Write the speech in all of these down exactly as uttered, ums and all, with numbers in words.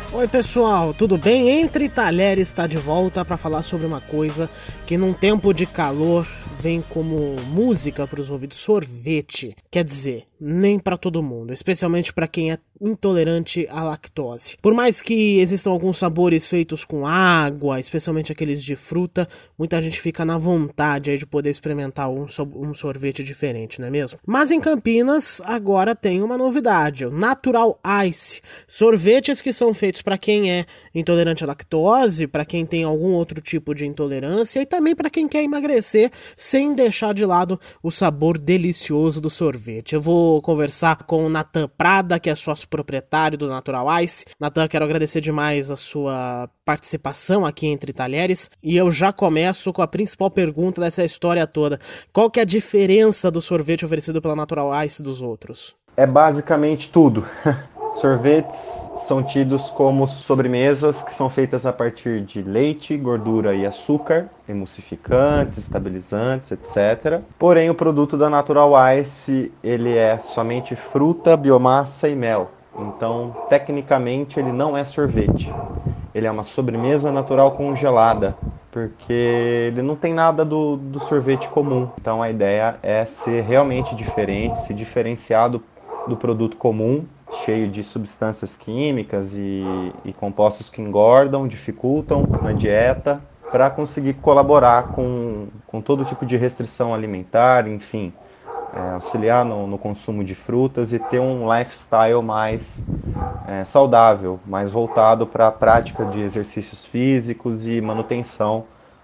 Oi pessoal, tudo bem? Entre Talheres está de volta para falar sobre uma coisa que num tempo de calor vem como música para os ouvidos: sorvete. Quer dizer, nem para todo mundo, especialmente para quem é intolerante à lactose. Por mais que existam alguns sabores feitos com água, especialmente aqueles de fruta, muita gente fica na vontade aí de poder experimentar um, um sorvete diferente, não é mesmo? Mas em Campinas agora tem uma novidade: o Natural Ice. Sorvetes que são feitos para quem é intolerante à lactose, para quem tem algum outro tipo de intolerância e também para quem quer emagrecer sem deixar de lado o sabor delicioso do sorvete. Eu vou conversar com o Natan Prada, que é sócio proprietário do Natural Ice. Natan, quero agradecer demais a sua participação aqui Entre Talheres e eu já começo com a principal pergunta dessa história toda: qual que é a diferença do sorvete oferecido pela Natural Ice dos outros? É basicamente tudo. Sorvetes são tidos como sobremesas que são feitas a partir de leite, gordura e açúcar, emulsificantes, estabilizantes, etcétera. Porém, o produto da Natural Ice, ele é somente fruta, biomassa e mel. Então, tecnicamente, ele não é sorvete. Ele é uma sobremesa natural congelada, porque ele não tem nada do, do sorvete comum. Então, a ideia é ser realmente diferente, se diferenciar do, do produto comum, cheio de substâncias químicas e, e compostos que engordam, dificultam na dieta, para conseguir colaborar com, com todo tipo de restrição alimentar, enfim, é, auxiliar no, no consumo de frutas e ter um lifestyle mais é, saudável, mais voltado para a prática de exercícios físicos e manutenção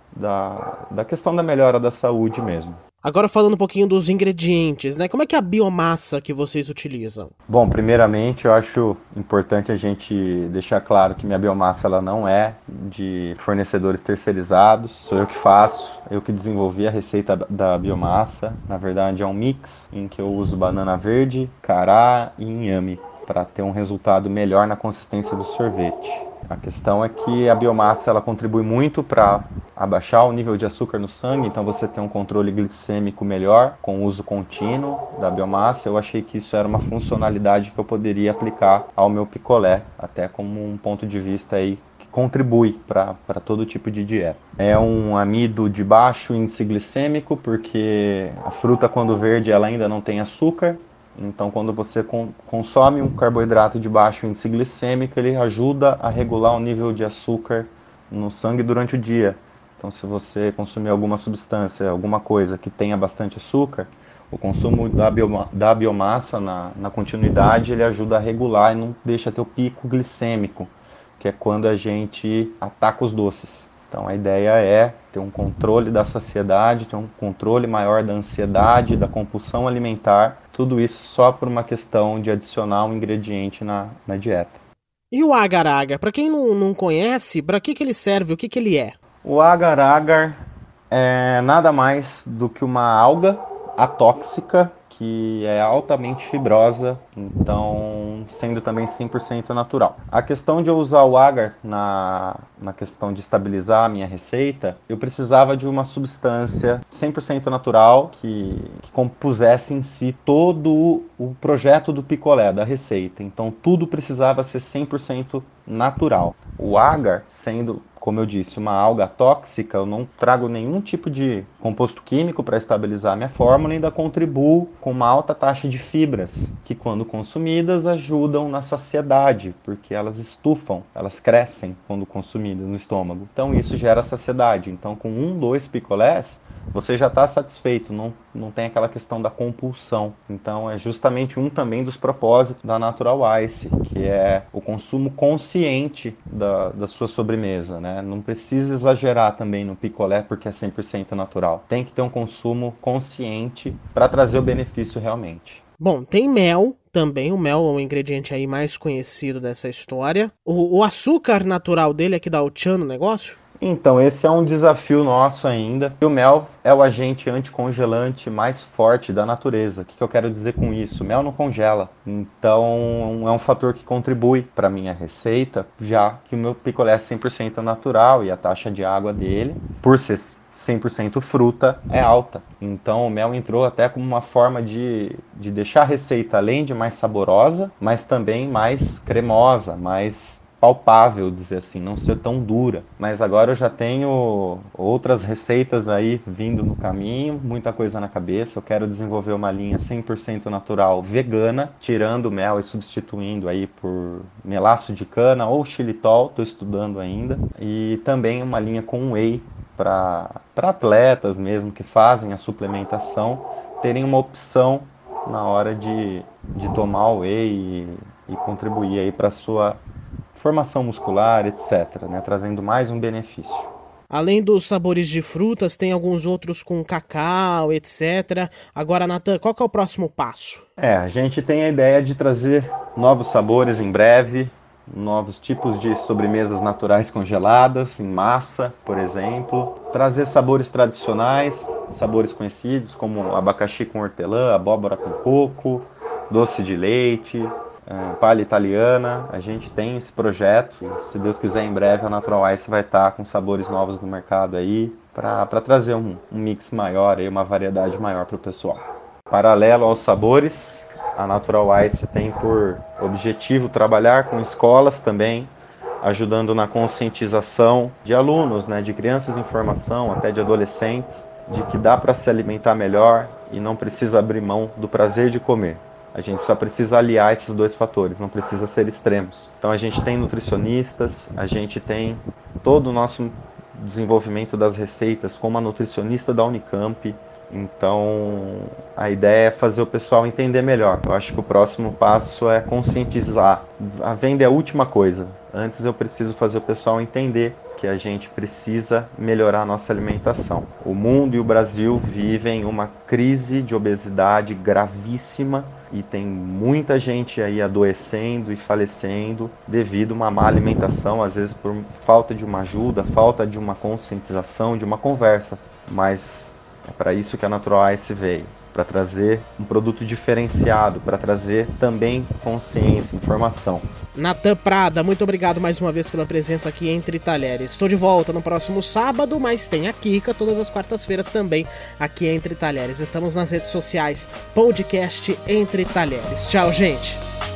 da, da questão da melhora da saúde mesmo. Agora falando um pouquinho dos ingredientes, né? Como é que é a biomassa que vocês utilizam? Bom, primeiramente eu acho importante a gente deixar claro que minha biomassa ela não é de fornecedores terceirizados, sou eu que faço, eu que desenvolvi a receita da biomassa. Na verdade é um mix em que eu uso banana verde, cará e inhame para ter um resultado melhor na consistência do sorvete. A questão é que a biomassa ela contribui muito para abaixar o nível de açúcar no sangue, então você tem um controle glicêmico melhor com o uso contínuo da biomassa. Eu achei que isso era uma funcionalidade que eu poderia aplicar ao meu picolé, até como um ponto de vista aí que contribui para todo tipo de dieta. É um amido de baixo índice glicêmico, porque a fruta, quando verde, ela ainda não tem açúcar. Então, quando você consome um carboidrato de baixo índice glicêmico, ele ajuda a regular o nível de açúcar no sangue durante o dia. Então, se você consumir alguma substância, alguma coisa que tenha bastante açúcar, o consumo da, bioma, da biomassa na, na continuidade, ele ajuda a regular e não deixa ter o pico glicêmico, que é quando a gente ataca os doces. Então, a ideia é ter um controle da saciedade, ter um controle maior da ansiedade, da compulsão alimentar, tudo isso só por uma questão de adicionar um ingrediente na, na dieta. E o agar-agar? Para quem não, não conhece, para que, que ele serve? O que, que ele é? O agar-agar é nada mais do que uma alga atóxica que é altamente fibrosa, então sendo também cem por cento natural. A questão de eu usar o agar na, na questão de estabilizar a minha receita, eu precisava de uma substância cem por cento natural que, que compusesse em si todo o projeto do picolé, da receita. Então tudo precisava ser cem por cento natural. O agar, sendo, como eu disse, uma alga tóxica, eu não trago nenhum tipo de composto químico para estabilizar a minha fórmula e ainda contribuo com uma alta taxa de fibras, que quando consumidas ajudam na saciedade, porque elas estufam, elas crescem quando consumidas no estômago. Então isso gera saciedade. Então com um, dois picolés, você já está satisfeito, não, não tem aquela questão da compulsão. Então é justamente um também dos propósitos da Natural Ice, que é o consumo consciente da, da sua sobremesa, né? Não precisa exagerar também no picolé porque é cem por cento natural. Tem que ter um consumo consciente para trazer o benefício realmente. Bom, tem mel também, o mel é o ingrediente aí mais conhecido dessa história. O, o açúcar natural dele é que dá o tchan no negócio? Então, esse é um desafio nosso ainda. O mel é o agente anticongelante mais forte da natureza. O que eu quero dizer com isso? O mel não congela. Então, é um fator que contribui para a minha receita, já que o meu picolé é cem por cento natural e a taxa de água dele, por ser cem por cento fruta, é alta. Então, o mel entrou até como uma forma de, de deixar a receita, além de mais saborosa, mas também mais cremosa, mais palpável, dizer assim, não ser tão dura. Mas agora eu já tenho outras receitas aí vindo no caminho, muita coisa na cabeça. Eu quero desenvolver uma linha cem por cento natural vegana, tirando o mel e substituindo aí por melaço de cana ou xilitol, estou estudando ainda. E também uma linha com whey para atletas mesmo que fazem a suplementação terem uma opção na hora de, de tomar o whey e, e contribuir aí para a sua formação muscular, etcétera, né? Trazendo mais um benefício. Além dos sabores de frutas, tem alguns outros com cacau, etcétera. Agora, Nathan, qual que é o próximo passo? É, a gente tem a ideia de trazer novos sabores em breve, novos tipos de sobremesas naturais congeladas, em massa, por exemplo. Trazer sabores tradicionais, sabores conhecidos, como abacaxi com hortelã, abóbora com coco, doce de leite, palha italiana. A gente tem esse projeto. Se Deus quiser, em breve a Natural Ice vai estar com sabores novos no mercado aí, para trazer um, um mix maior, aí, uma variedade maior para o pessoal. Paralelo aos sabores, a Natural Ice tem por objetivo trabalhar com escolas também, ajudando na conscientização de alunos, né, de crianças em formação, até de adolescentes, de que dá para se alimentar melhor e não precisa abrir mão do prazer de comer. A gente só precisa aliar esses dois fatores, não precisa ser extremos. Então a gente tem nutricionistas, a gente tem todo o nosso desenvolvimento das receitas com uma nutricionista da Unicamp. Então a ideia é fazer o pessoal entender melhor. Eu acho que o próximo passo é conscientizar. A venda é a última coisa. Antes eu preciso fazer o pessoal entender que a gente precisa melhorar a nossa alimentação. O mundo e o Brasil vivem uma crise de obesidade gravíssima e tem muita gente aí adoecendo e falecendo devido a uma má alimentação, às vezes por falta de uma ajuda, falta de uma conscientização, de uma conversa. Mas é para isso que a Natural Ice veio, para trazer um produto diferenciado, para trazer também consciência, informação. Nathan Prada, muito obrigado mais uma vez pela presença aqui Entre Talheres. Estou de volta no próximo sábado, mas tem a Kika todas as quartas-feiras também aqui Entre Talheres. Estamos nas redes sociais, podcast Entre Talheres. Tchau, gente!